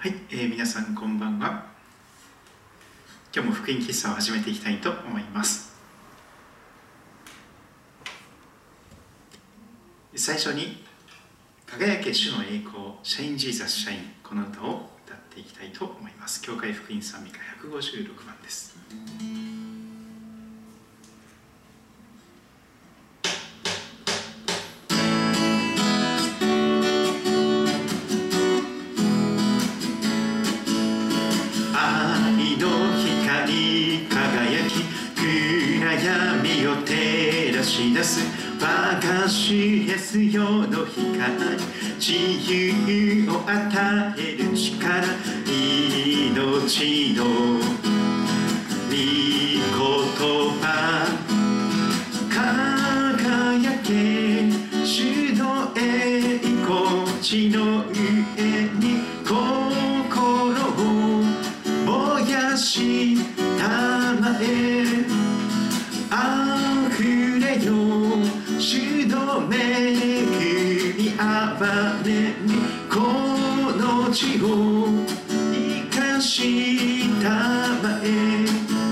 はい、皆さんこんばんは。今日も福音喫茶を始めていきたいと思います。最初に輝け主の栄光、シャインジーザスシャイン、この歌を歌っていきたいと思います。教会福音賛美歌156番です。闇を照らし出す我が主イエスよの光、自由を与える力、命の御言葉、輝け主の栄光、地の上に心を燃やしたまえ、あふれよ主の恵み憐れみ、この地を生かしたまえ、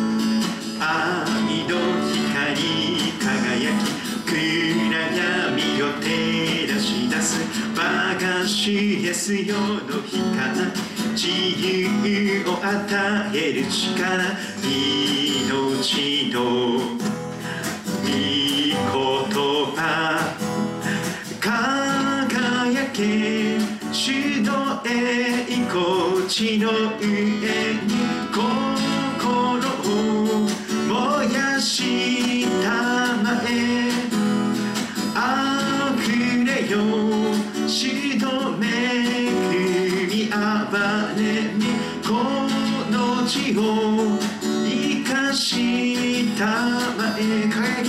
愛の光輝き暗闇を照らし出す我が主イエスよの光、自由を与える力、命の御言葉、輝け主の栄光、地の上に心を燃やしたまえ、あふれよ主の恵み憐れみ、この地を生かしたまえ、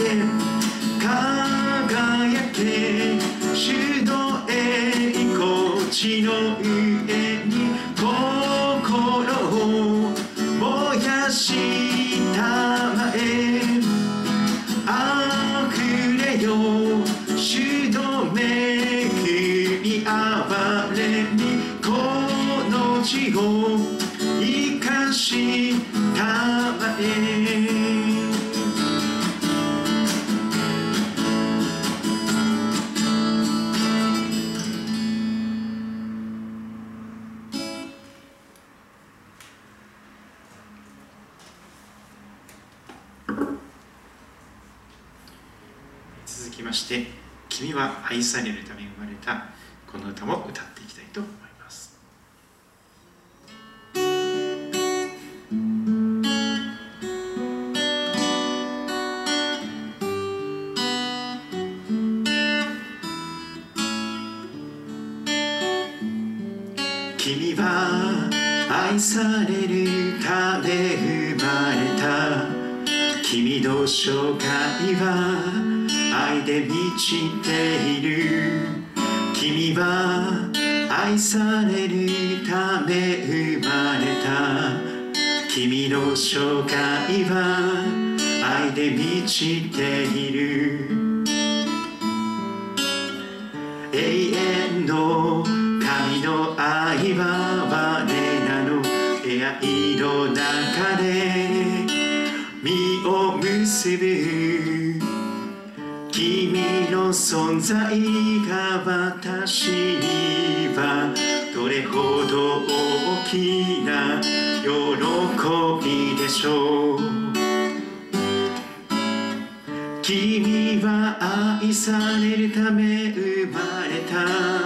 輝け主の栄光、地の上に心を燃やしたまえ、あふれよ主の恵み憐れみ、この地を生かしたまえ。続きまして、君は愛されるため生まれた、この歌も歌っていきたいと思います。君は愛されるため生まれた、君の生涯は愛で満ちている、君は愛されるため生まれた、君の生涯は愛で満ちている、永遠の神の愛は我らの出会いの中で実を結ぶ、君の存在が私にはどれほど大きな喜びでしょう。君は愛されるため生まれた、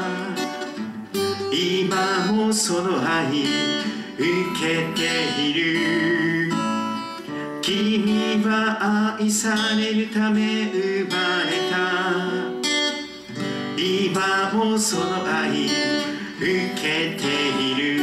今もその愛受けている、君は愛されるため生まれた、今もその愛受けている、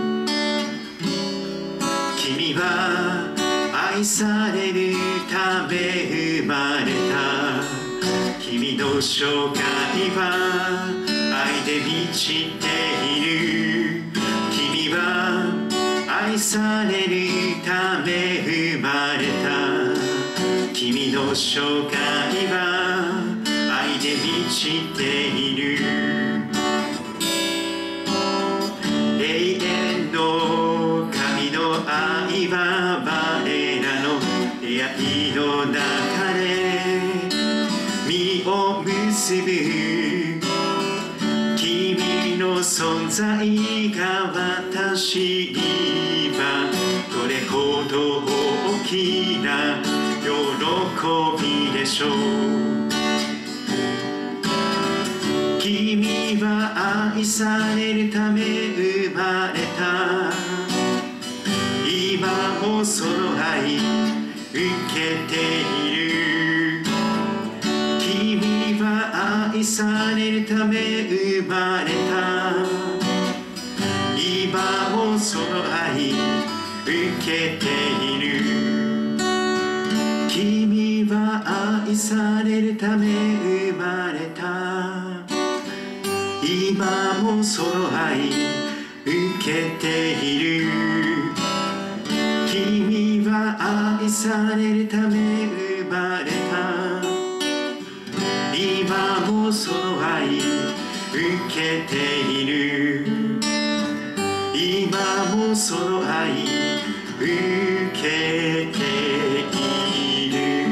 君は愛されるため生まれた、君の生涯は愛で満ちている、君は愛されるため生まれた、君の生涯は愛で満ちている、永遠存在が私にはどれほど大きな喜びでしょう。君は愛されるため生まれた。今もその愛受けている。君は愛されるため生まれた。今もその愛受けている。君は愛されるため生まれた。今もその愛受けている。君は愛されるため生まれた。今もその愛受けている。今もその愛受けている。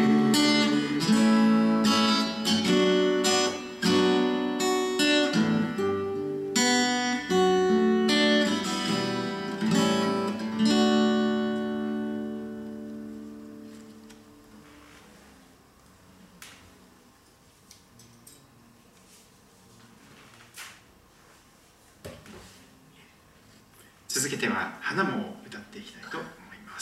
続けては花も歌っていきたいと思います。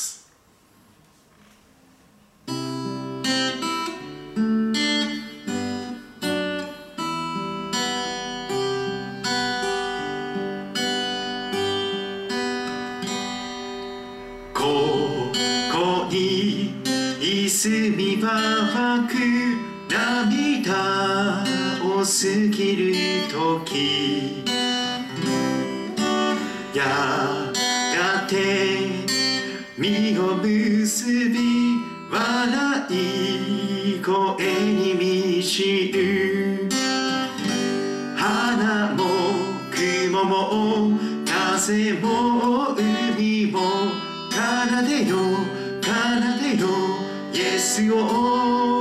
ここに住みばく涙を過ぎる時、やがて実を結び笑い声に満ちる。花も雲も風も海も奏でよ奏でよイエスを。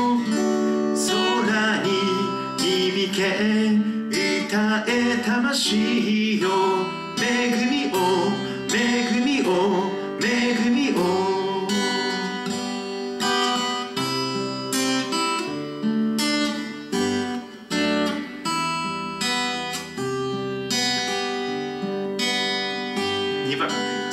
空に響け歌え魂よ、恵みを恵みを恵みを。2番です。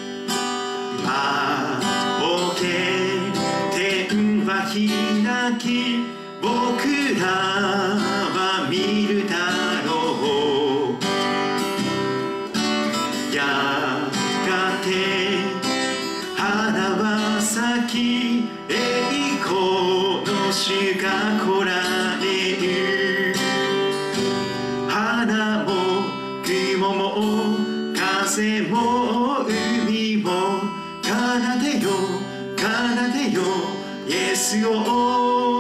仰げ天は開き、僕らは見るだろう。やがて花は咲き、栄光の主が来られる。花も雲も風も海も奏でよ奏でよイエスを。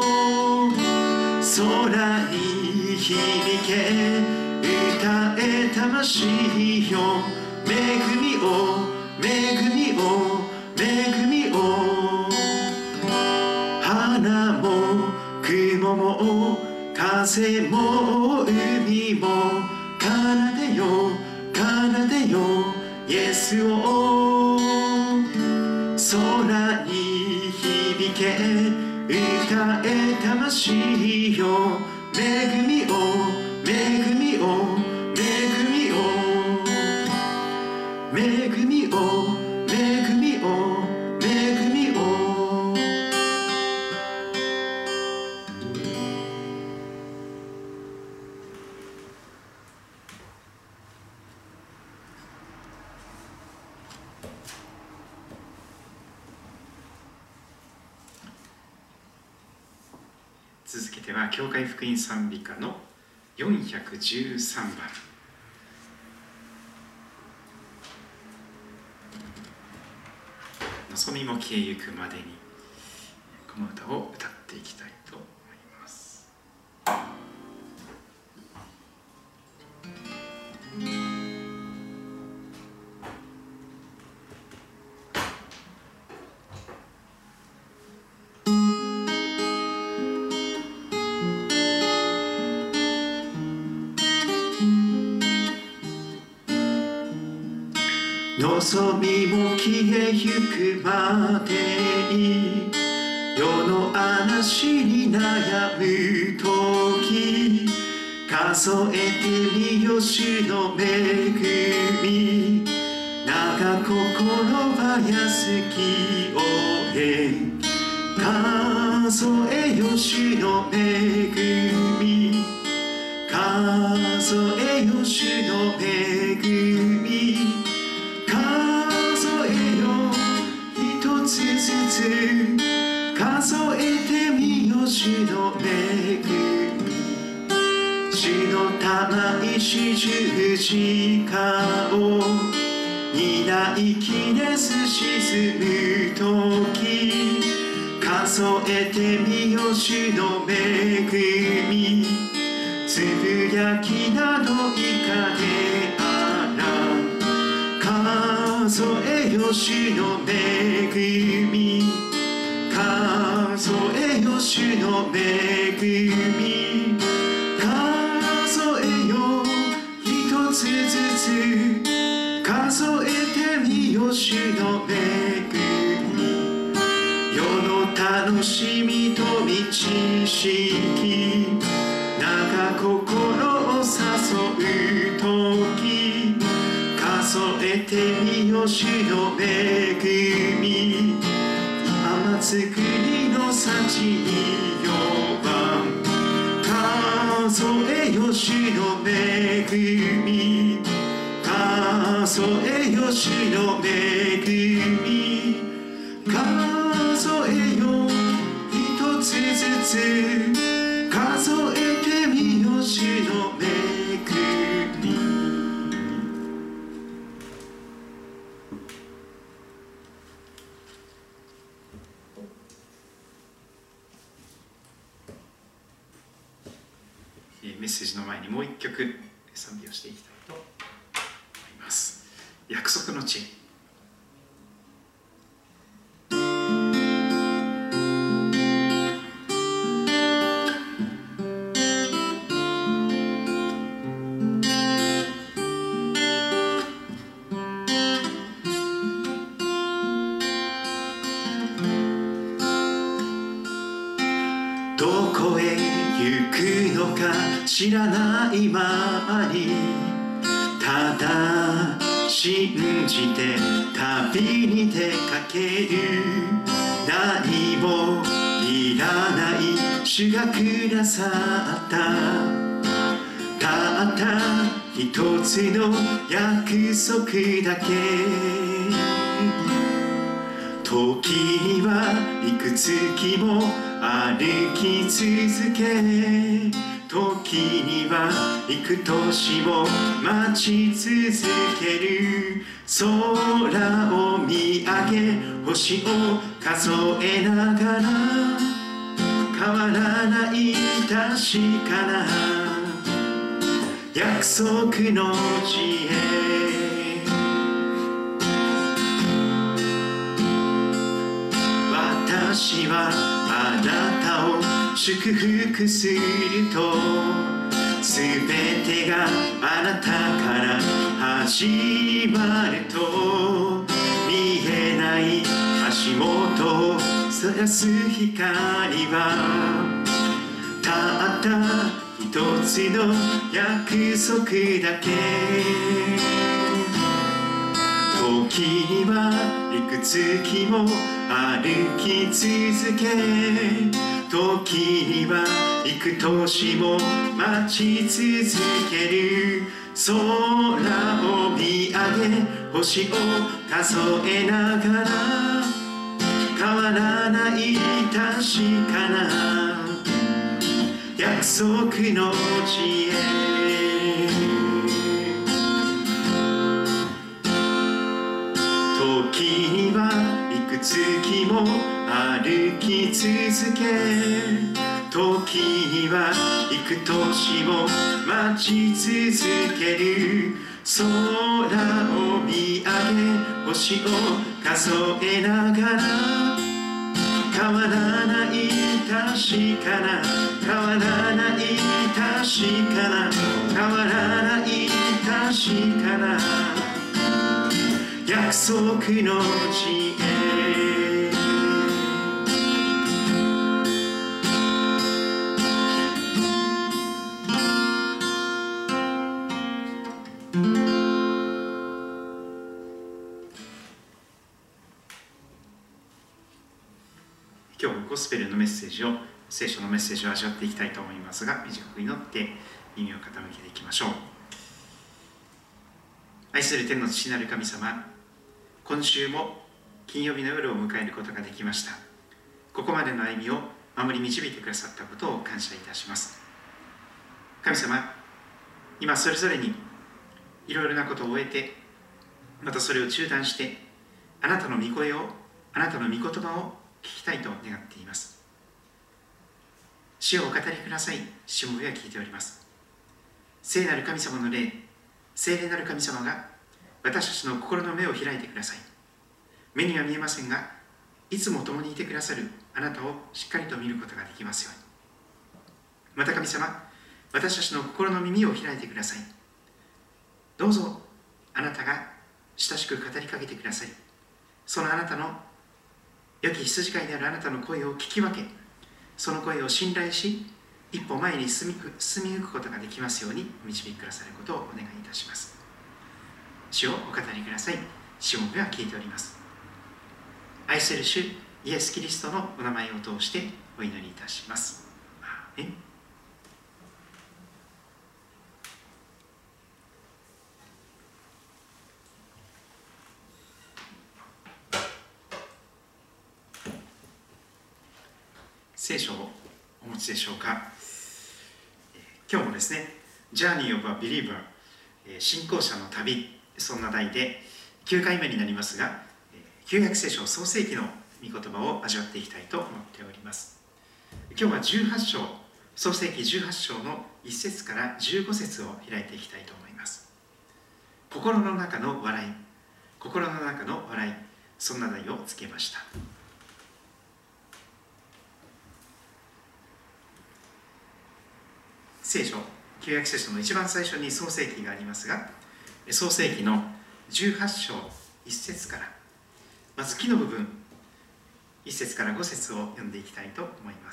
空に響け歌え魂よ、恵みを恵みを恵みを。花も雲も風も海も奏でよ奏でよイエスを。空に響け歌え魂よ、恵みを恵みを恵みを恵みを恵みを恵みを。続けては教会福音賛美歌の413番。望みも消えゆくまでに、この歌を歌っていきたいと思います。 望みも消えゆくまでに世の嵐に悩む時数えてみよ主の恵み長心は安きをへ数えよ主の恵み数えよ主の恵み数えよ一つずつ数えてみよ主の恵み主の玉石十字架を担いきれず沈む時数えてみよ主の恵みつぶやきなどいかであら数えよ主の恵み数えよ主の恵み数えよ一つずつ数えてみよ主の恵み世の楽しみと満ちしき長心を誘う時数えてみよ主の恵み雨作りの幸に4番数えよ主の恵み数えよ主の恵み数えよ一つずつ数えてみよ主の恵みメッセージの前にもう一曲賛美をしていきたいと思います。約束の地。どこへ行くのか知らないままにただ信じて旅に出かける何もいらない主がくださったたった一つの約束だけ時にはいくつ月も歩き続け時には幾年も待ち続ける空を見上げ星を数えながら変わらない確かな約束の地へ私はあなたを祝福するとすべてがあなたから始まると見えない足元を照らす光はたった一つの約束だけ時にはいくつ月も歩き続け時には幾年も待ち続ける空を見上げ星を数えながら変わらない確かな約束の地へ時にはいくつ月も歩き続け時には幾年も待ち続ける空を見上げ星を数えながら変わらない確かな変わらない確かな変わらない確かな約束の地へ。今日もゴスペルのメッセージを、聖書のメッセージを味わっていきたいと思いますが、短く祈って耳を傾けていきましょう。愛する天の父なる神様、今週も金曜日の夜を迎えることができました。ここまでの歩みを守り導いてくださったことを感謝いたします。神様、今それぞれにいろいろなことを終えて、またそれを中断して、あなたの御声を、あなたの御言葉を聞きたいと願っています。主をお語りください。しもべは聞いております。聖なる神様の霊、聖霊なる神様が私たちの心の目を開いてください。目には見えませんが、いつも共にいてくださるあなたをしっかりと見ることができますように。また神様、私たちの心の耳を開いてください。どうぞあなたが親しく語りかけてください。そのあなたの良き羊飼いであるあなたの声を聞き分け、その声を信頼し、一歩前に進みゆくことができますようにお導きくださることをお願いいたします。主をお語りください。しもべは聞いております。愛する主イエス・キリストのお名前を通してお祈りいたします。アーメン。聖書をお持ちでしょうか。今日もですね、Journey of a Believer、信仰者の旅、そんな題で9回目になりますが、旧約聖書創世記の御言葉を味わっていきたいと思っております。今日は18章、創世記18章の1節から15節を開いていきたいと思います。心の中の笑い、心の中の笑い、そんな題をつけました。聖書、旧約聖書の一番最初に創世記がありますが、創世記の18章1節から、まず木の部分、1節から5節を読んでいきたいと思います。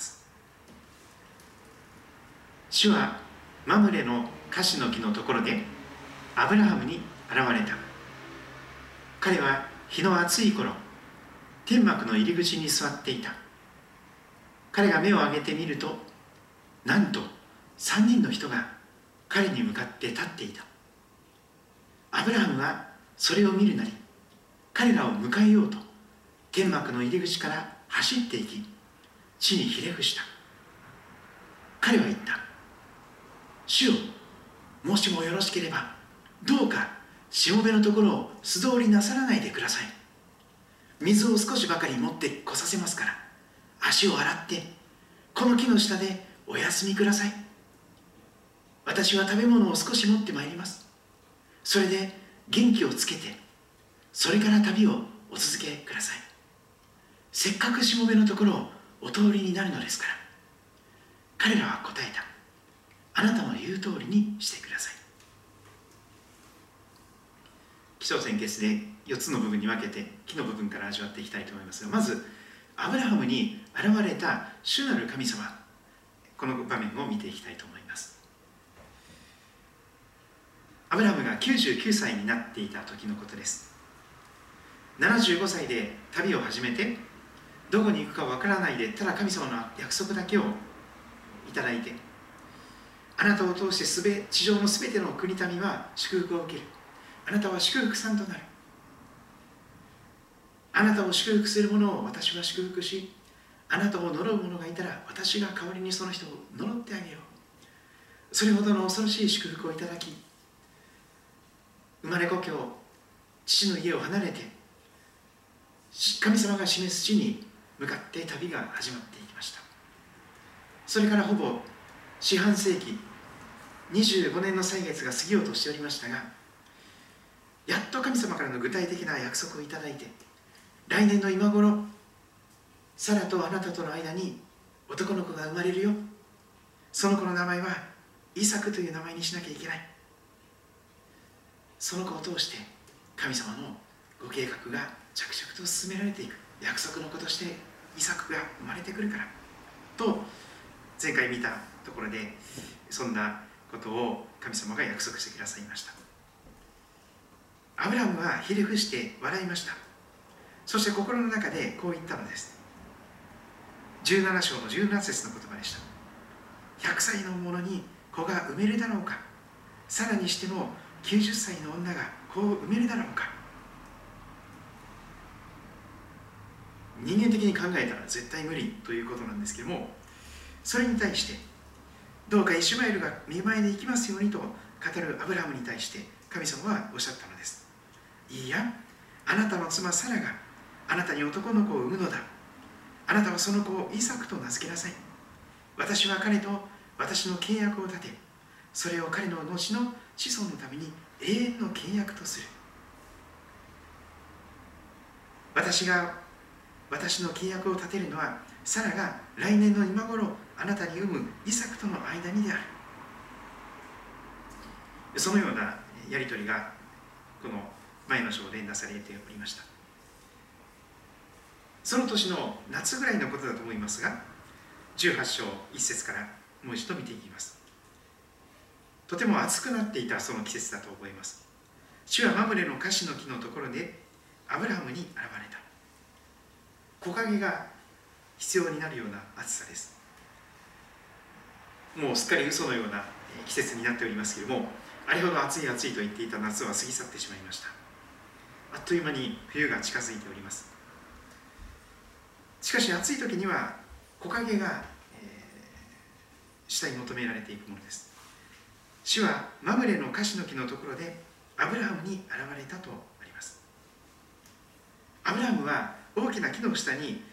主はマムレのカシの木のところでアブラハムに現れた。彼は日の暑い頃、天幕の入り口に座っていた。彼が目を上げてみると、なんと3人の人が彼に向かって立っていた。アブラハムはそれを見るなり、彼らを迎えようと天幕の入り口から走っていき、地にひれ伏した。彼は言った。主よ、もしもよろしければどうかしもべのところを素通りなさらないでください。水を少しばかり持ってこさせますから、足を洗ってこの木の下でお休みください。私は食べ物を少し持ってまいります。それで元気をつけて、それから旅をお続けください。せっかくしもべのところをお通りになるのですから。彼らは答えた。あなたの言う通りにしてください。起承転結で4つの部分に分けて、木の部分から味わっていきたいと思いますが、まずアブラハムに現れた主なる神様、この場面を見ていきたいと思います。アブラハムが99歳になっていた時のことです。75歳で旅を始めて、どこに行くかわからないで、ただ神様の約束だけをいただいて、あなたを通して地上のすべての国民は祝福を受ける。あなたは祝福さんとなる。あなたを祝福する者を私は祝福し、あなたを呪う者がいたら私が代わりにその人を呪ってあげよう。それほどの恐ろしい祝福をいただき、生まれ故郷、父の家を離れて、神様が示す地に向かって旅が始まっていきました。それからほぼ四半世紀、25年の歳月が過ぎようとしておりましたが、やっと神様からの具体的な約束をいただいて、来年の今頃、サラとあなたとの間に男の子が生まれるよ。その子の名前はイサクという名前にしなきゃいけない。その子を通して神様のご計画が着々と進められていく、約束の子としてイサクが生まれてくるからと、前回見たところでそんなことを神様が約束してくださいました。アブラムはひれ伏して笑いました。そして心の中でこう言ったのです。17章の17節の言葉でした。100歳の者に子が産めるだろうか、さらにしても90歳の女が子を産めるだろうか。人間的に考えたら絶対無理ということなんですけども、それに対してどうかイシュマエルが見舞いで行きますようにと語るアブラハムに対して神様はおっしゃったのです。いいや、あなたの妻サラがあなたに男の子を産むのだ。あなたはその子をイサクと名付けなさい。私は彼と私の契約を立て、それを彼の後の子孫のために永遠の契約とする。私が私の契約を立てるのは、サラが来年の今頃あなたに産むイサクとの間にである。そのようなやり取りがこの前の章でなされておりました。その年の夏ぐらいのことだと思いますが、18章1節からもう一度見ていきます。とても暑くなっていたその季節だと思います。主はマムレのカシの木のところでアブラハムに現れた。木陰が必要になるような暑さです。もうすっかり嘘のような季節になっておりますけれども、あれほど暑い暑いと言っていた夏は過ぎ去ってしまいました。あっという間に冬が近づいております。しかし暑い時には木陰が、下に求められていくものです。主はマムレのカシの木のところでアブラハムに現れたとあります。アブラハムは大きな木の下に、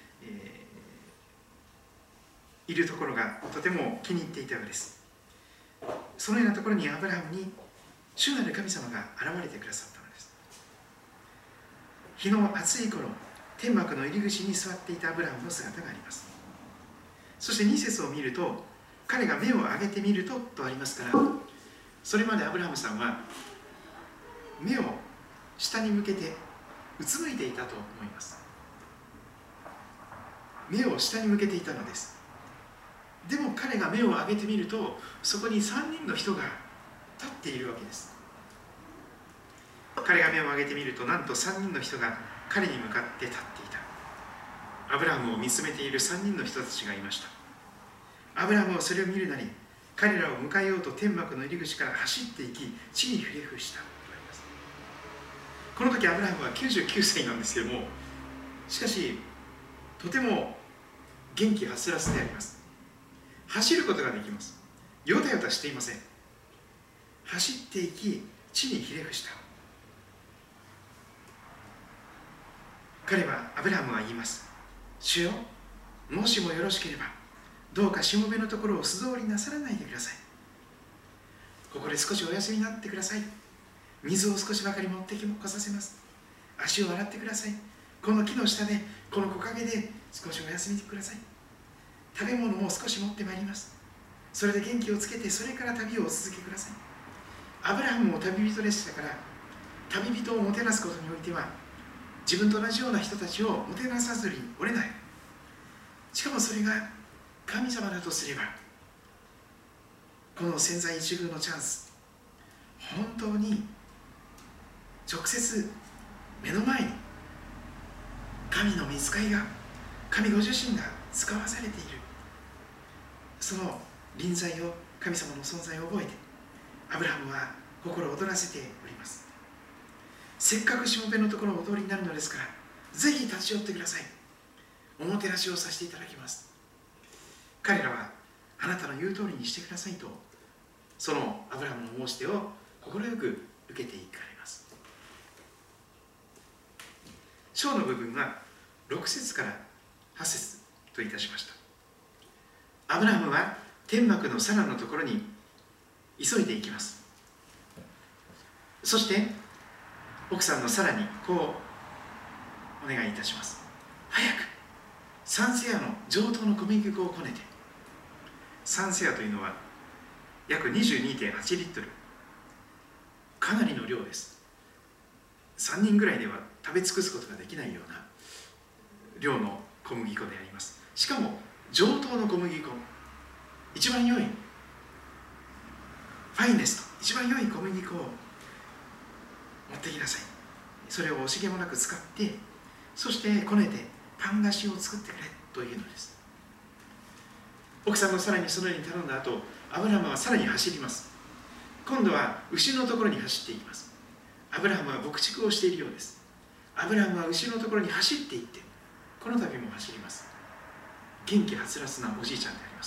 いるところがとても気に入っていたようです。そのようなところにアブラハムに主なる神様が現れてくださったのです。日の暑い頃、天幕の入り口に座っていたアブラハムの姿があります。そして2節を見ると、彼が目を上げてみるととありますから、それまでアブラハムさんは目を下に向けてうつむいていたと思います。目を下に向けていたのです。でも彼が目を上げてみると、そこに3人の人が立っているわけです。彼が目を上げてみると、なんと3人の人が彼に向かって立っていた。アブラハムを見つめている3人の人たちがいました。アブラハムはそれを見るなり、彼らを迎えようと天幕の入り口から走っていき、地にひれ伏したとあります。この時アブラハムは99歳なんですけども、しかしとても元気はつらつであります。走ることができます。よたよたしていません。走っていき、地にひれ伏した。アブラハムは言います。主よ、もしもよろしければ、どうかしもべのところを素通りなさらないでください。ここで少しお休みになってください。水を少しばかり持ってこさせます。足を洗ってください。この木の下で、この木陰で少しお休みください。食べ物も少し持ってまいります。それで元気をつけて、それから旅をお続けください。アブラハムも旅人でしたから、旅人をもてなすことにおいては、自分と同じような人たちをもてなさずにおれない。しかもそれが神様だとすれば、この千載一遇のチャンス、本当に直接目の前に神の御使いが、神ご自身が使わされている、その臨在を、神様の存在を覚えて、アブラハムは心躍らせております。せっかくしもべのところをお通りになるのですから、ぜひ立ち寄ってください。おもてなしをさせていただきます。彼らはあなたの言う通りにしてくださいと、そのアブラハムの申し出を快く受けていかれます。章の部分は6節から8節といたしました。アブラハムは天幕のサラのところに急いでいきます。そして奥さんのサラにこうお願いいたします。早く3セアの上等の小麦粉をこねて。3セアというのは約 22.8 リットル、かなりの量です。3人ぐらいでは食べ尽くすことができないような量の小麦粉であります。しかも上等の小麦粉、一番良いファイネスト、一番良い小麦粉を持ってきなさい。それを惜しげもなく使って、そしてこねてパン菓子を作ってくれというのです。奥さんのさらにそのように頼んだ後、アブラハムはさらに走ります。今度は牛のところに走っていきます。アブラハムは牧畜をしているようです。アブラハムは牛のところに走っていって、この度も走ります。元気はつらつなおじいちゃんであります。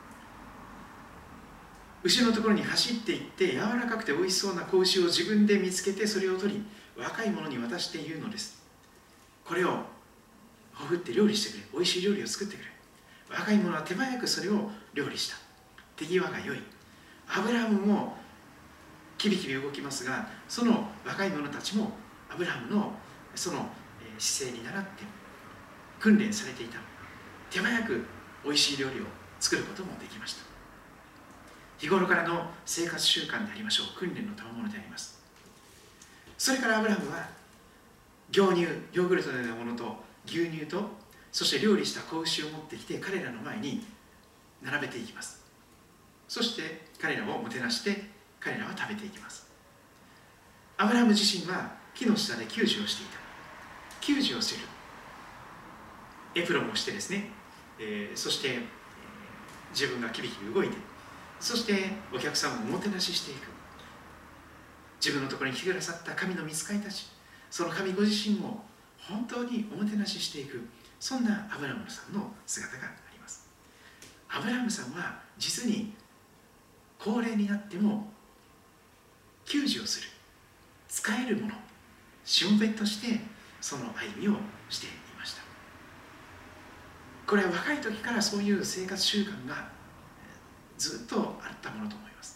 牛のところに走っていって、柔らかくておいしそうな子牛を自分で見つけて、それを取り若い者に渡して言うのです。これをほふって料理してくれ、おいしい料理を作ってくれ。若い者は手早くそれを料理した。手際が良い。アブラハムもキビキビ動きますが、その若い者たちもアブラハムのその姿勢に倣って訓練されていた。手早くおいしい料理を作ることもできました。日頃からの生活習慣でありましょう。訓練の賜物であります。それからアブラハムは牛乳、ヨーグルトのようなものと牛乳と、そして料理した子牛を持ってきて彼らの前に並べていきます。そして彼らをもてなして彼らは食べていきます。アブラハム自身は木の下で給仕をしていた。給仕をするエプロンをしてですね、そして自分がキビキビ動いて、そしてお客さんをおもてなししていく。自分のところに来てくださった神の御使いたち、その神ご自身を本当におもてなししていく、そんなアブラハムさんの姿があります。アブラハムさんは実に高齢になっても給仕をする、使えるもの、しもべとしてその歩みをしていました。これは若い時からそういう生活習慣がずっとあったものと思います。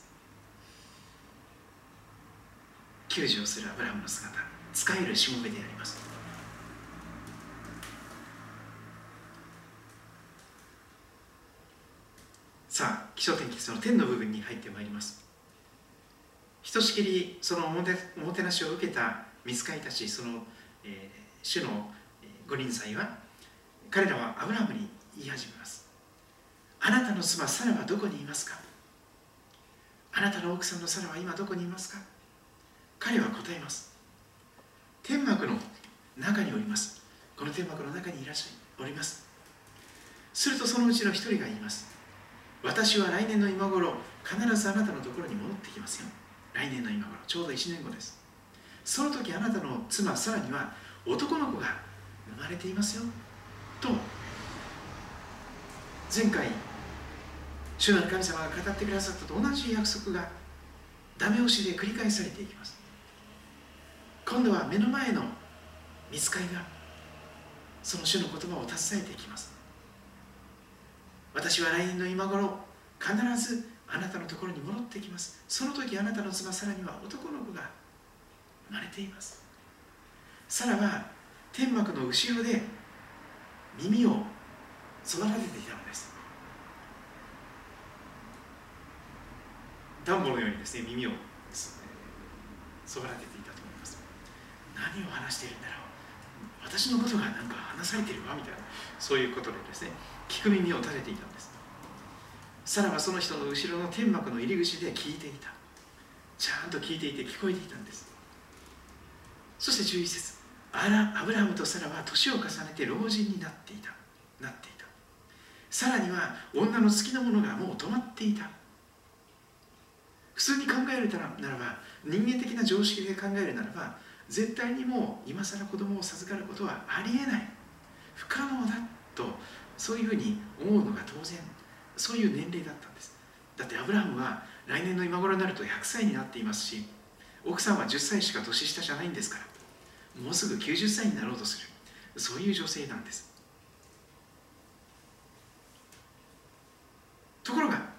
給仕をするアブラハムの姿、使えるしもべであります。さあ、起承転結の天の部分に入ってまいります。ひとしきりそのおもてなしを受けた御使いたち、その、主の御臨在は、彼らはアブラハムに言い始めます。あなたの妻サラはどこにいますか？あなたの奥さんのサラは今どこにいますか？彼は答えます。天幕の中におります。この天幕の中にいらっしゃいおります。するとそのうちの一人が言います。私は来年の今頃必ずあなたのところに戻ってきますよ。来年の今頃、ちょうど1年後です。その時あなたの妻サラには男の子が生まれていますよと、前回主なる神様が語ってくださったと同じ約束がダメ押しで繰り返されていきます。今度は目の前の御使いがその主の言葉を携えていきます。私は来年の今頃必ずあなたのところに戻ってきます。その時あなたの妻サラには男の子が生まれています。サラは天幕の後ろで耳をそば立てていたのです。ダンボのようにですね、耳をそば立てていたと思います。何を話しているんだろう、私のことが何か話されているわみたいな、そういうことでですね、聞く耳を立てていたんです。サラはその人の後ろの天幕の入り口で聞いていた。ちゃんと聞いていて聞こえていたんです。そして11節、アブラハムとサラは年を重ねて老人になっていた。サラには女の好きなものがもう止まっていた。普通に考えるならば、人間的な常識で考えるならば、絶対にもう今更子供を授かることはありえない、不可能だと、そういうふうに思うのが当然、そういう年齢だったんです。だってアブラハムは来年の今頃になると100歳になっていますし、奥さんは10歳しか年下じゃないんですから、もうすぐ90歳になろうとする、そういう女性なんです。ところが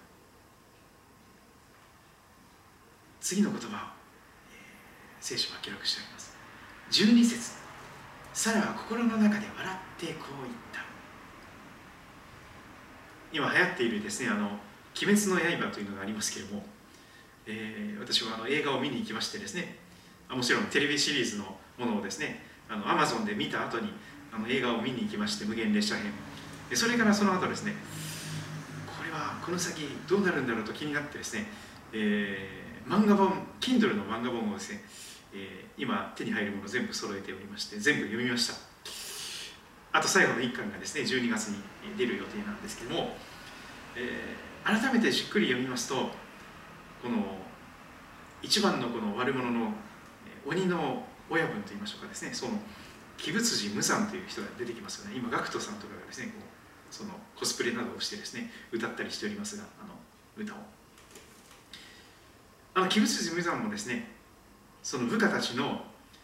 次の言葉を、聖書は記録しております。12節、サラは心の中で笑ってこう言った。今流行っているですね、鬼滅の刃というのがありますけれども、私は映画を見に行きましてですね、もちろんテレビシリーズのものをですね、 Amazon で見た後に映画を見に行きまして、無限列車編で、それからその後ですね、これはこの先どうなるんだろうと気になってですね、漫画本 Kindle の漫画本をですね、今手に入るもの全部揃えておりまして、全部読みました。あと最後の1巻がですね12月に出る予定なんですけども、改めてじっくり読みますと、この一番のこの悪者の鬼の親分といいましょうかですね、その鬼仏寺無惨という人が出てきますよね。今ガクトさんとかがですねそのコスプレなどをしてですね歌ったりしておりますが、歌を鬼仏寺無惨もですね、その部下たちの、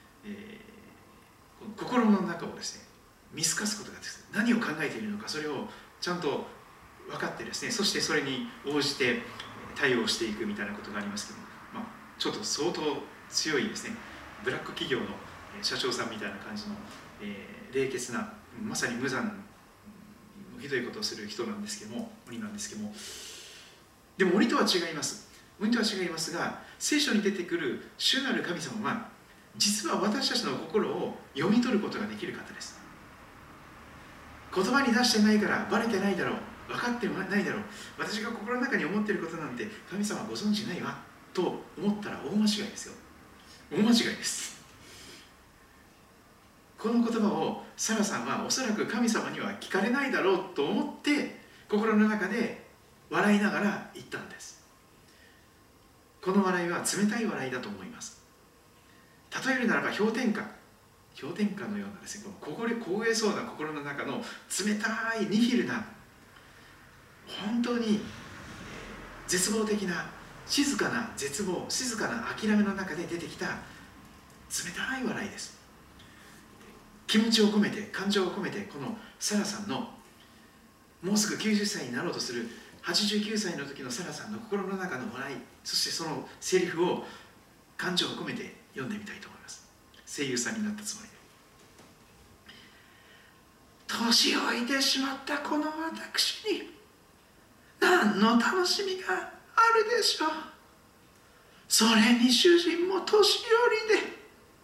心の中をですね見透かすことがです、何を考えているのか、それをちゃんと分かってですね、そしてそれに応じて対応していくみたいなことがありますけども、ちょっと相当強いですねブラック企業の社長さんみたいな感じの、冷血な、まさに無残ひどいことをする人なんですけども、鬼なんですけども、でも鬼とは違います。鬼とは違いますが、聖書に出てくる主なる神様は実は私たちの心を読み取ることができる方です。言葉に出してないからバレてないだろう、分かってないだろう、私が心の中に思っていることなんて神様はご存じないわと思ったら大間違いですよ。大間違いです。この言葉をサラさんはおそらく神様には聞かれないだろうと思って心の中で笑いながら言ったんです。この笑いは冷たい笑いだと思います。例えるならば氷点下のようなですね、この凍えそうな心の中の冷たいニヒルな、本当に絶望的な静かな絶望、静かな諦めの中で出てきた冷たい笑いです。気持ちを込めて、感情を込めて、このサラさんのもうすぐ90歳になろうとする89歳の時のサラさんの心の中の笑い、そしてそのセリフを感情を込めて読んでみたいと思います。声優さんになったつもりで。年老いてしまったこの私に何の楽しみがあるでしょう。それに主人も年寄りで、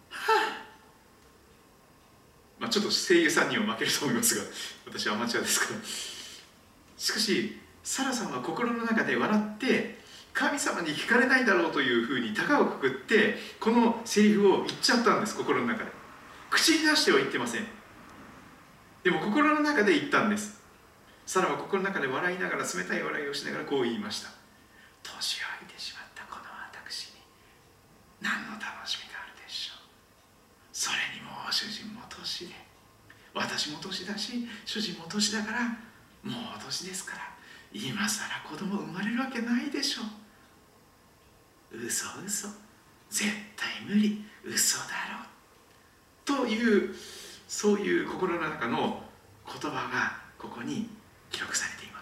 ちょっと声優さんには負けると思いますが、私はアマチュアですから。しかしサラさんは心の中で笑って神様に聞かれないだろうというふうに高をくくってこのセリフを言っちゃったんです。心の中で口に出しては言ってません。でも心の中で言ったんです。サラは心の中で笑いながら、冷たい笑いをしながらこう言いました。年老いてしまったこの私に何の楽しみがあるでしょう。それにもう主人も年で、私も年だし主人も年だから、もう年ですから今さら子供生まれるわけないでしょう。嘘絶対無理、嘘だろうという、そういう心の中の言葉がここに記録されています。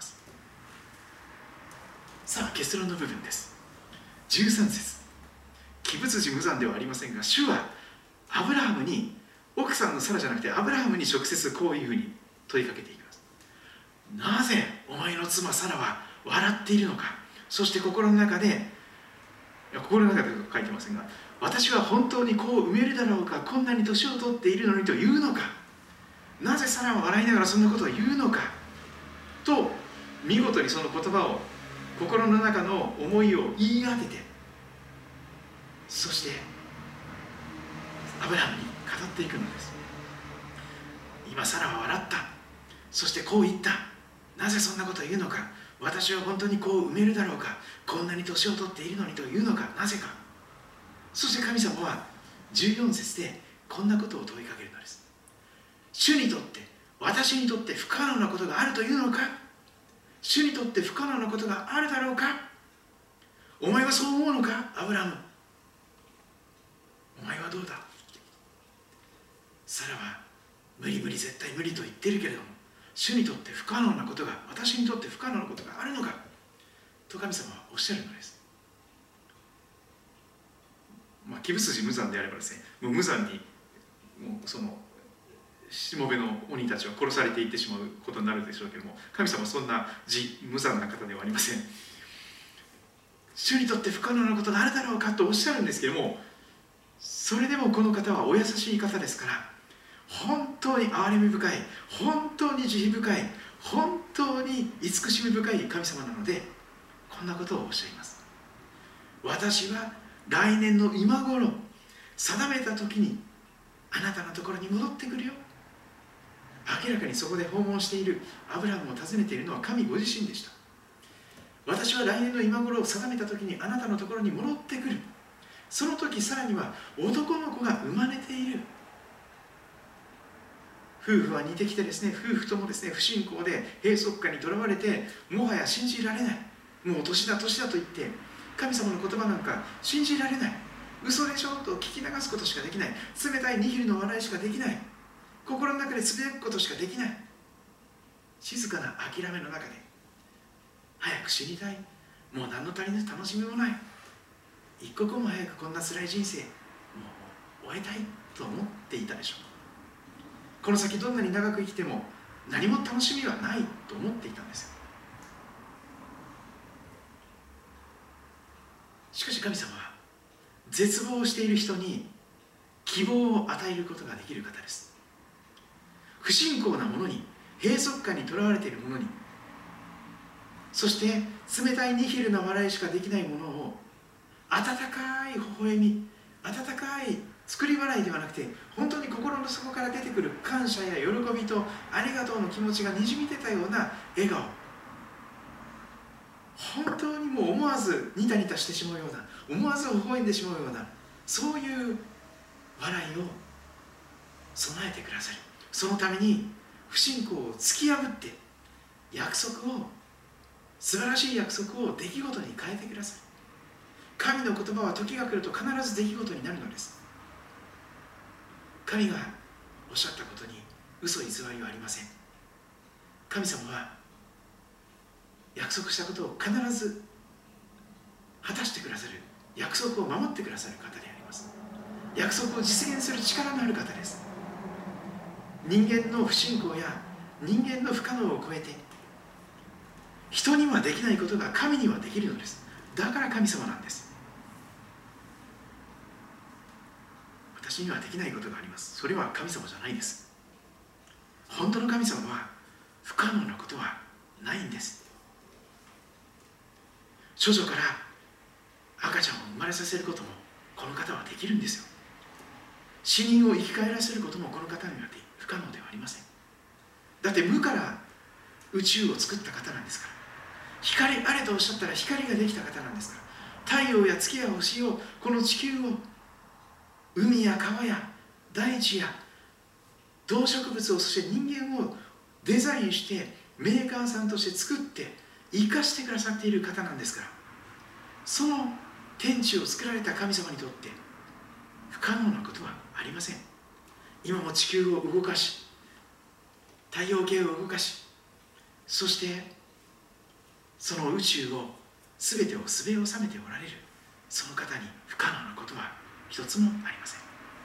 さあ結論の部分です。13節、鬼仏寺無惨ではありませんが、主はアブラハムに、奥さんのサラじゃなくてアブラハムに直接こういうふうに問いかけていきます。なぜお前の妻サラは笑っているのか。そして心の中でと書いてませんが、私は本当に子を産めるだろうか、こんなに年を取っているのにというのか、なぜサラは笑いながらそんなことを言うのかと、見事にその言葉を、心の中の思いを言い当てて、そしてアブラハムに語っていくのです。今サラは笑った。そしてこう言った。なぜそんなことを言うのか。私は本当に子を産めるだろうか、こんなに年を取っているのにというのか、なぜか。そして神様は14節でこんなことを問いかけるのです。主にとって、私にとって不可能なことがあるというのか。主にとって不可能なことがあるだろうか。お前はそう思うのか、アブラハム。お前はどうだ。サラは無理絶対無理と言ってるけれども、主にとって不可能なことが、私にとって不可能なことがあるのかと神様はおっしゃるのです。鬼仏寺無惨であればですね、もう無惨にもうそのしもべの鬼たちは殺されていってしまうことになるでしょうけれども、神様はそんな無惨な方ではありません。主にとって不可能なことがあるだろうかとおっしゃるんですけれども、それでもこの方はお優しい方ですから、 本当に憐れみ深い、本当に慈悲深い、本当に慈しみ深い神様なので、こんなことをおっしゃいます。私は来年の今頃、定めた時にあなたのところに戻ってくるよ。明らかにそこで訪問しているアブラハムを訪ねているのは神ご自身でした。私は来年の今頃を定めた時にあなたのところに戻ってくる。その時さらには男の子が生まれている。夫婦は似てきてですね、夫婦ともですね、不信仰で閉塞感にとらわれて、もはや信じられない。もう年だ年だと言って神様の言葉なんか信じられない。嘘でしょと聞き流すことしかできない。冷たいニヒルの笑いしかできない。心の中でつぶやくことしかできない。静かな諦めの中で、早く死にたい。もう何の足りぬ楽しみもない。一刻も早くこんな辛い人生、もう終えたいと思っていたでしょう。この先どんなに長く生きても何も楽しみはないと思っていたんですよ。しかし神様は絶望している人に希望を与えることができる方です。不信仰な者に、閉塞感にとらわれている者に、そして冷たいニヒルな笑いしかできないものを、温かい微笑み、温かい作り笑いではなくて、本当に心の底から出てくる感謝や喜びとありがとうの気持ちがにじみ出たような笑顔、本当にもう思わずニタニタしてしまうような、思わず微笑んでしまうような、そういう笑いを備えてくださる。そのために不信仰を突き破って、約束を、素晴らしい約束を出来事に変えてくださる。神の言葉は時が来ると必ず出来事になるのです。神がおっしゃったことに嘘偽りはありません。神様は約束したことを必ず果たしてくださる、約束を守ってくださる方であります。約束を実現する力のある方です。人間の不信仰や人間の不可能を超えて、人にはできないことが神にはできるのです。だから神様なんです。私にはできないことがあります。それは神様じゃないです。本当の神様は不可能なことはないんです。処女から赤ちゃんを生まれさせることもこの方はできるんですよ。死人を生き返らせることもこの方には不可能ではありません。だって無から宇宙を作った方なんですから。光あれとおっしゃったら光ができた方なんですから。太陽や月や星を、この地球を、海や川や大地や動植物を、そして人間をデザインしてメーカーさんとして作って生かしてくださっている方なんですから、その天地を作られた神様にとって不可能なことはありません。今も地球を動かし、太陽系を動かし、そしてその宇宙を全てをすべ収めておられるその方に不可能なことは一つもありません。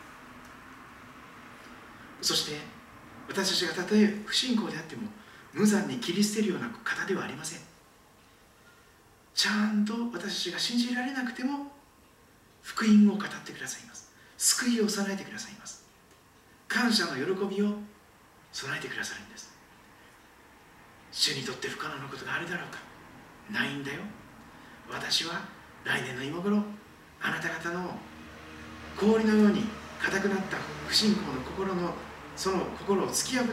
そして私たちがたとえ不信仰であっても無残に切り捨てるような方ではありません。ちゃんと私たちが信じられなくても福音を語ってくださいます。救いを備えてくださいます。感謝の喜びを備えてくださるんです。主にとって不可能なことがあるだろうか。ないんだよ。私は来年の今頃、あなた方の氷のように硬くなった不信仰の心のその心を突き破って、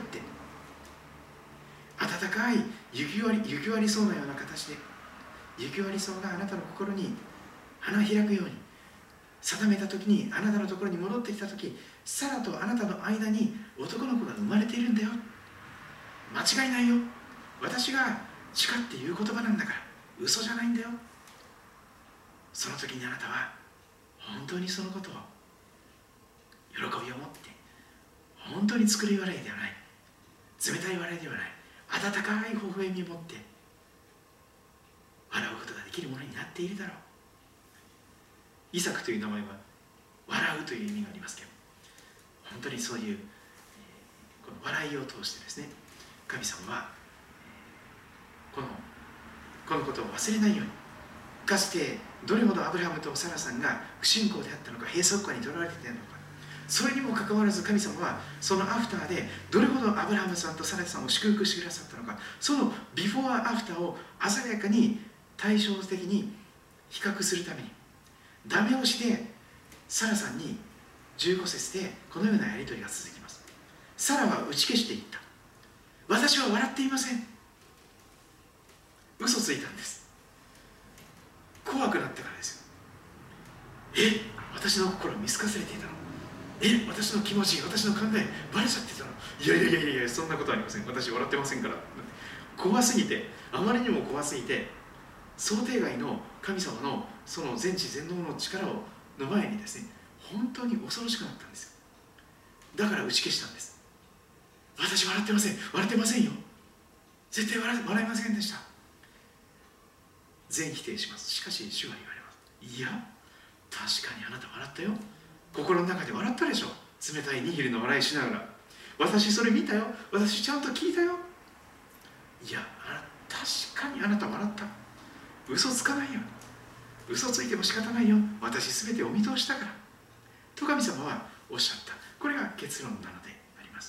温かい雪割りそうなような形で、雪割りそうがあなたの心に花開くように、定めた時にあなたのところに戻ってきた時、サラとあなたの間に男の子が生まれているんだよ。間違いないよ。私が誓って言う言葉なんだから、嘘じゃないんだよ。その時にあなたは本当にそのことを喜びを持って、本当に作り笑いではない、冷たい笑いではない、温かい微笑みを持って笑うことができるものになっているだろう。イサクという名前は笑うという意味がありますけど、本当にそういうこの笑いを通してですね、神様はこのことを忘れないように、かつてどれほどアブラハムとサラさんが不信仰であったのか、閉塞感にとらわれていたのか、 それにもかかわらず神様はそのアフターでどれほどアブラハムさんとサラさんを祝福してくださったのか、そのビフォーアフターを鮮やかに対照的に比較するために、ダメ押しでサラさんに15節でこのようなやり取りが続きます。サラは打ち消していった。私は笑っていません。嘘ついたんです。怖くなってからですよ。私の心を見透かされていたの。私の気持ち、私の考えバレちゃってたの。いやそんなことはありません。私笑ってませんから。怖すぎて、あまりにも怖すぎて、想定外の神様のその全知全能の力の前にですね、本当に恐ろしくなったんですよ。だから打ち消したんです。私笑ってません。笑ってませんよ。絶対笑いませんでした。全否定します。しかし主は言われます。いや、確かにあなた笑ったよ。心の中で笑ったでしょ。冷たいニヒルの笑いしながら。私それ見たよ。私ちゃんと聞いたよ。いや、確かにあなた笑った。嘘つかないよ。嘘ついても仕方ないよ。私すべてお見通しだから。と神様はおっしゃった。これが結論なのであります。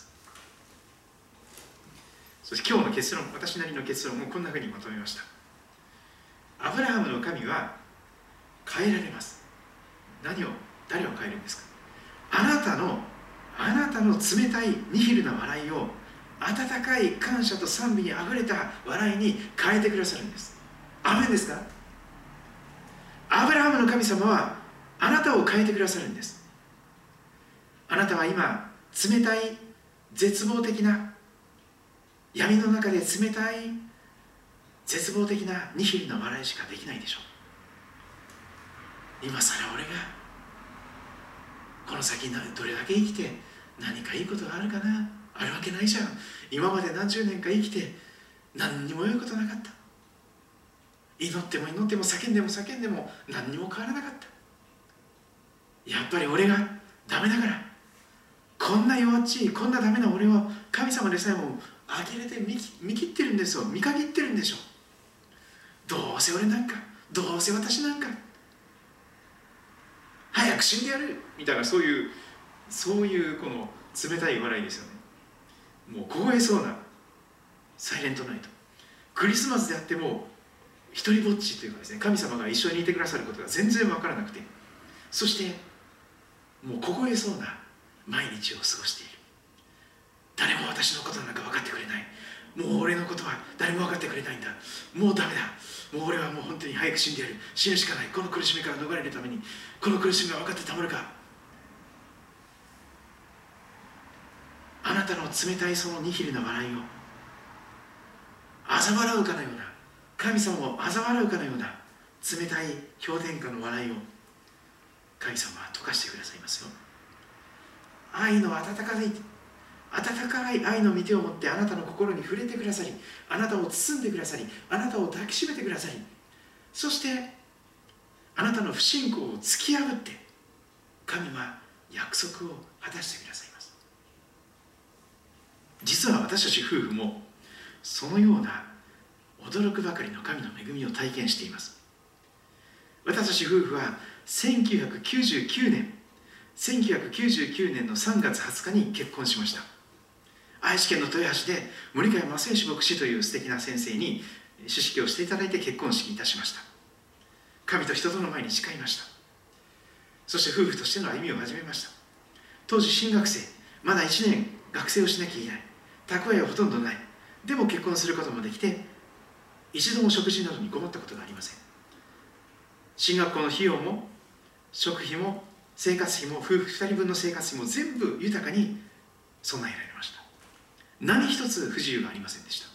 そして今日の結論、私なりの結論をこんなふうにまとめました。アブラハムの神は変えられます。誰を変えるんですか。あなたの冷たいニヒルな笑いを温かい感謝と賛美にあふれた笑いに変えてくださるんです。アメンですか。アブラハムの神様はあなたを変えてくださるんです。あなたは今冷たい絶望的な闇の中で冷たい絶望的なニヒルな笑いしかできないでしょう。今さら俺がこの先どれだけ生きて何かいいことがあるかな。あるわけないじゃん。今まで何十年か生きて何にも良いことなかった。祈っても叫んでも何にも変わらなかった。やっぱり俺がダメだから、こんな弱っちい、こんなダメな俺を神様でさえも呆れて見切ってるんですよ。見限ってるんでしょ。どうせ俺なんか、どうせ私なんか早く死んでやるみたいな、そういうこの冷たい笑いですよね。もう凍えそうなサイレントナイト。クリスマスであっても一人ぼっちというかですね、神様が一緒にいてくださることが全然分からなくて、そしてもう凍えそうな毎日を過ごしている。誰も私のことなんか分かってくれない。もう俺のことは誰も分かってくれないんだ。もうダメだ。もう俺はもう本当に早く死んでやる。死ぬしかない。この苦しみから逃れるために、この苦しみが分かってたまるか。あなたの冷たいそのニヒルな笑いを嘲笑うかのような、神様を嘲笑うかのような冷たい氷点下の笑いを神様は溶かしてくださいますよ。愛の温かい愛の御手を持ってあなたの心に触れてくださり、あなたを包んでくださり、あなたを抱きしめてくださり、そしてあなたの不信仰を突き破って神は約束を果たしてくださいます。実は私たち夫婦もそのような驚くばかりの神の恵みを体験しています。私たち夫婦は1999年の3月20日に結婚しました。愛知県の豊橋で森川正義牧師という素敵な先生に主式をしていただいて結婚式いたしました。神と人との前に誓いました。そして夫婦としての歩みを始めました。当時新学生、まだ1年学生をしなきゃいけない、蓄えはほとんどない。でも結婚することもできて、一度も食事などに困ったことがありません。進学校の費用も食費も生活費も夫婦2人分の生活費も全部豊かに備えられました。何一つ不自由がありませんでした。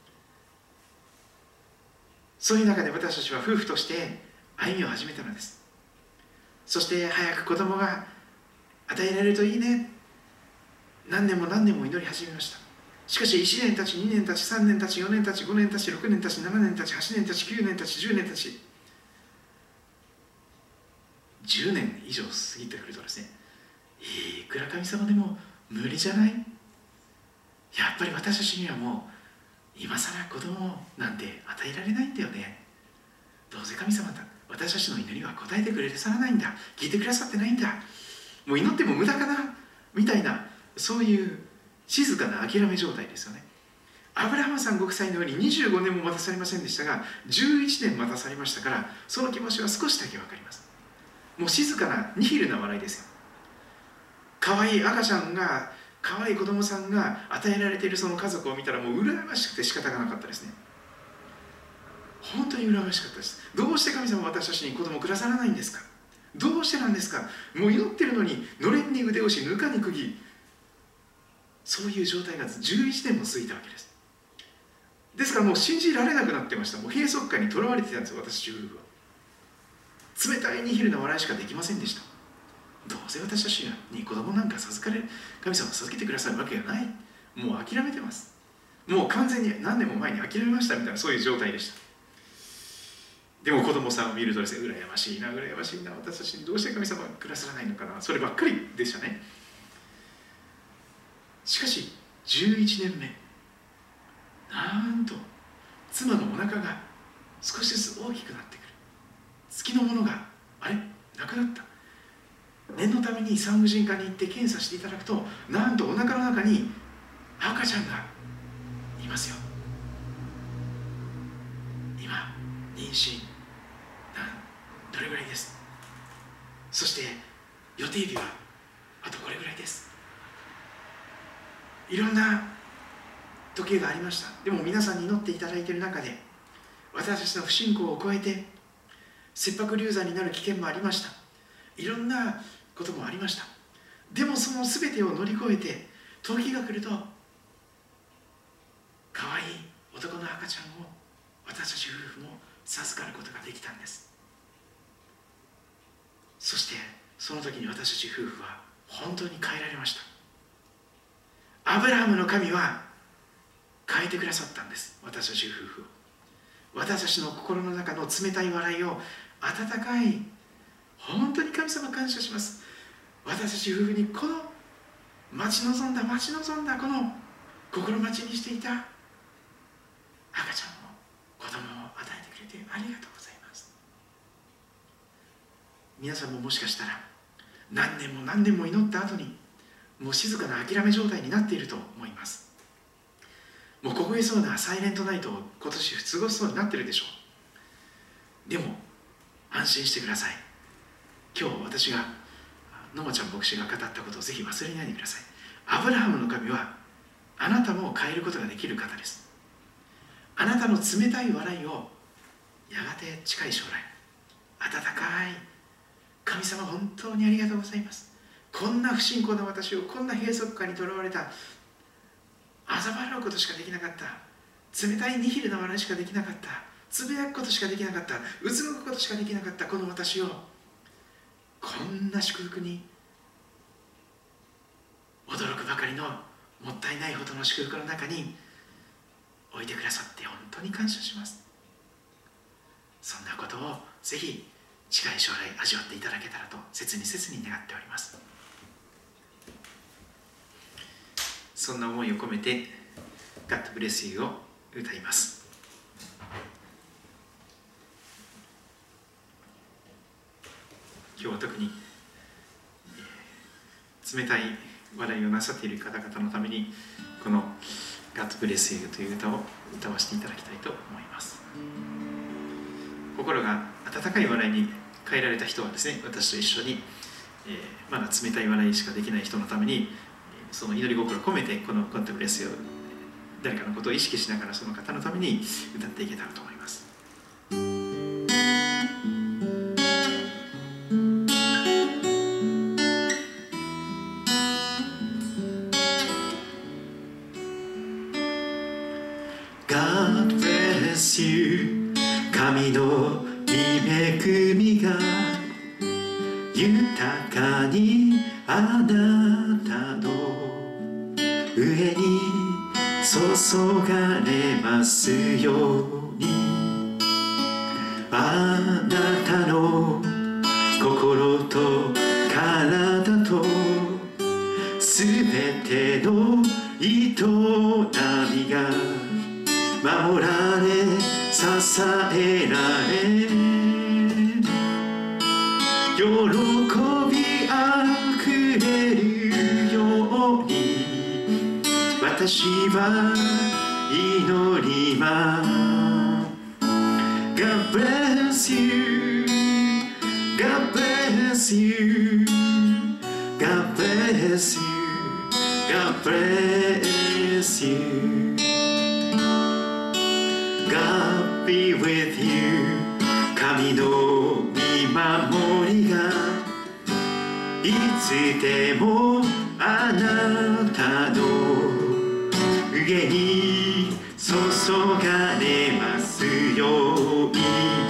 そういう中で私たちは夫婦として歩みを始めたのです。そして早く子供が与えられるといいね、何年も祈り始めました。しかし1年たち、2年たち、3年たち、4年たち、5年たち、6年たち、7年たち、8年たち、9年たち、10年たち、10年以上過ぎてくるとですね、いくら神様でも無理じゃない。やっぱり私たちにはもう今更子供なんて与えられないんだよね。どうせ神様だ、私たちの祈りは答えてくれさらないんだ、聞いてくださってないんだ。 もう祈っても無駄かなみたいな、そういう静かな諦め状態ですよね。アブラハムさんご夫妻のように25年も待たされませんでしたが、11年待たされましたから、その気持ちは少しだけ分かります。もう静かなニヒルな笑いですよ。可愛い赤ちゃんが、可愛い子供さんが与えられているその家族を見たら、もう羨ましくて仕方がなかったですね。本当に羨ましかったです。どうして神様は私たちに子供をくださらないんですか。どうしてなんですか。もう祈ってるのにのれんに腕押し、ぬかに釘、そういう状態が11年も続いたわけです。ですからもう信じられなくなってました。もう閉塞感にとらわれていたんですよ、私夫婦は。冷たいニヒルな笑いしかできませんでした。どうせ私たちに子供なんか授かれる、神様が授けてくださるわけがない。もう諦めてます。もう完全に何年も前に諦めましたみたいな、そういう状態でした。でも子供さんを見るとですね、羨ましいな、羨ましいな、私たちにどうして神様がくださらないのかな、そればっかりでしたね。しかし11年目、なんと妻のお腹が少しずつ大きくなってくる。月のものがあれなくなった。念のために産婦人科に行って検査していただくと、なんとお腹の中に赤ちゃんがいますよ。今妊娠どれぐらいです。そして予定日はあとこれぐらいです。いろんな時計がありました。でも皆さんに祈っていただいている中で、私たちの不信仰を超えて切迫流産になる危険もありました。いろんなこともありました。でもその全てを乗り越えて、時が来ると可愛い男の赤ちゃんを私たち夫婦も授かることができたんです。そしてその時に私たち夫婦は本当に変えられました。アブラハムの神は変えてくださったんです。私たち夫婦を、私たちの心の中の冷たい笑いを温かい、本当に神様感謝します。私たち夫婦にこの待ち望んだこの心待ちにしていた赤ちゃんを、子供を与えてくれてありがとうございます。皆さんももしかしたら何年も何年も祈った後に、もう静かな諦め状態になっていると思います。もう凍えそうなサイレントナイトを今年過ごしそうになっているでしょう。でも安心してください。今日私がのもちゃん牧師が語ったことをぜひ忘れないでください。アブラハムの神はあなたも変えることができる方です。あなたの冷たい笑いをやがて近い将来、温かい神様本当にありがとうございます。こんな不信仰な私を、こんな閉塞感にとらわれた、嘲笑うことしかできなかった、冷たいニヒルな笑いしかできなかった、つぶやくことしかできなかった、うつむくことしかできなかったこの私を、こんな祝福に驚くばかりのもったいないほどの祝福の中に置いてくださって本当に感謝します。そんなことをぜひ近い将来味わっていただけたらと切に願っております。そんな思いを込めて God Bless You を歌います。今日は特に冷たい笑いをなさっている方々のためにこの God Bless You という歌を歌わせていただきたいと思います。心が温かい笑いに変えられた人はですね、私と一緒に、まだ冷たい笑いしかできない人のためにその祈り心を込めてこの God Bless You、 誰かのことを意識しながらその方のために歌っていけたらと思います。God bless you、 神の御恵みが豊かにあなたの上に注がれますように、あなたの心と体とすべての営みが守られ支えられ、喜びあふ私は祈ります。 God bless you, God bless you, God bless you, God bless you. God be with you. 神の見守りがいつでもあなたの上に注がれますように。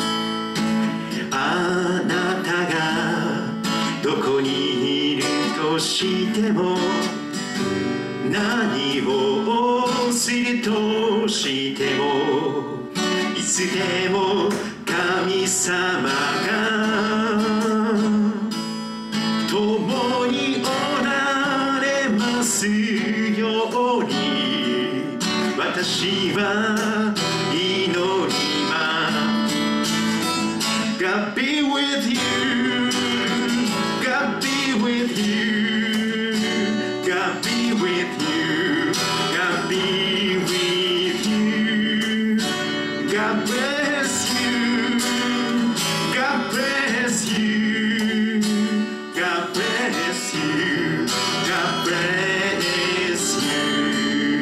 あなたがどこにいるとしても、何をするとしても、いつでも神様が共におられますように、私は祈ります。 God be with you, God be with you, God be with you, God be with you, God bless you, God bless you, God bless you, God bless you.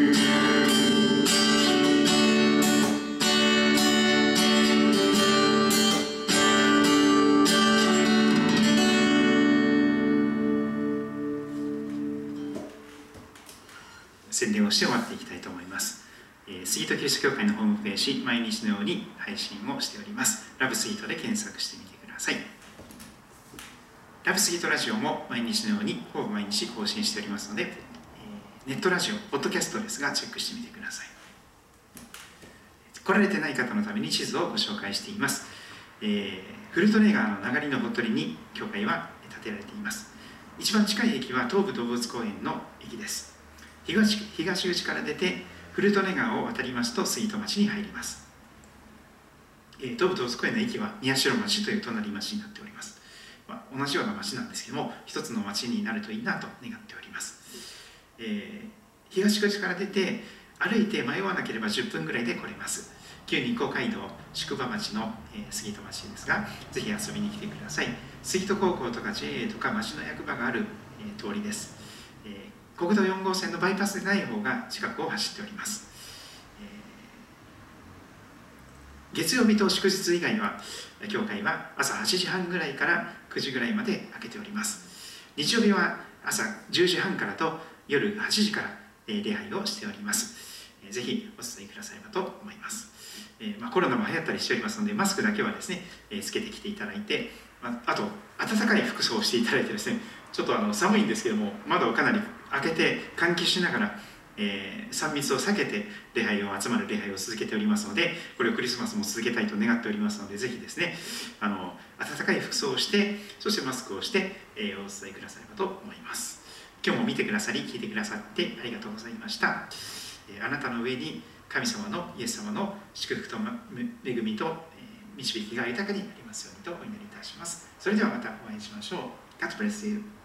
宣伝をして終わっていきたいと思います。スイートキリスト教会のホームページ、毎日のように配信をしております。ラブスイートで検索してみてください。ラブスイートラジオも毎日のようにほぼ毎日更新しておりますので、ネットラジオ、ポッドキャストですがチェックしてみてください。来られてない方のために地図をご紹介しています。フルトネ川の流れのほとりに教会は建てられています。一番近い駅は東武動物公園の駅です。東口から出てフルトネ川を渡りますとスイート町に入ります。東武動物公園の駅は宮代町という隣町になっております。同じような町なんですけども、一つの町になるといいなと願っております。東口から出て歩いて迷わなければ10分ぐらいで来れます。旧日光街道宿場町の杉戸町ですが、ぜひ遊びに来てください。杉戸高校とか JA とか町の役場がある通りです。国道4号線のバイパスでない方が近くを走っております。月曜日と祝日以外は教会は朝8時半ぐらいから9時ぐらいまで開けております。日曜日は朝10時半からと夜8時から礼拝をしております。ぜひお伝えくださればと思います。コロナも流行ったりしておりますので、マスクだけはですね、つけてきていただいて、あと暖かい服装をしていただいてですね、ちょっと寒いんですけども、窓をかなり開けて換気しながら、3密を避けて集まる礼拝を続けておりますので、これをクリスマスも続けたいと願っておりますので、ぜひですね、暖かい服装をして、そしてマスクをして、お伝えくださればと思います。今日も見てくださり聞いてくださってありがとうございました。あなたの上に神様のイエス様の祝福と恵みと導きが豊かになりますようにとお祈りいたします。それではまたお会いしましょう。God bless you.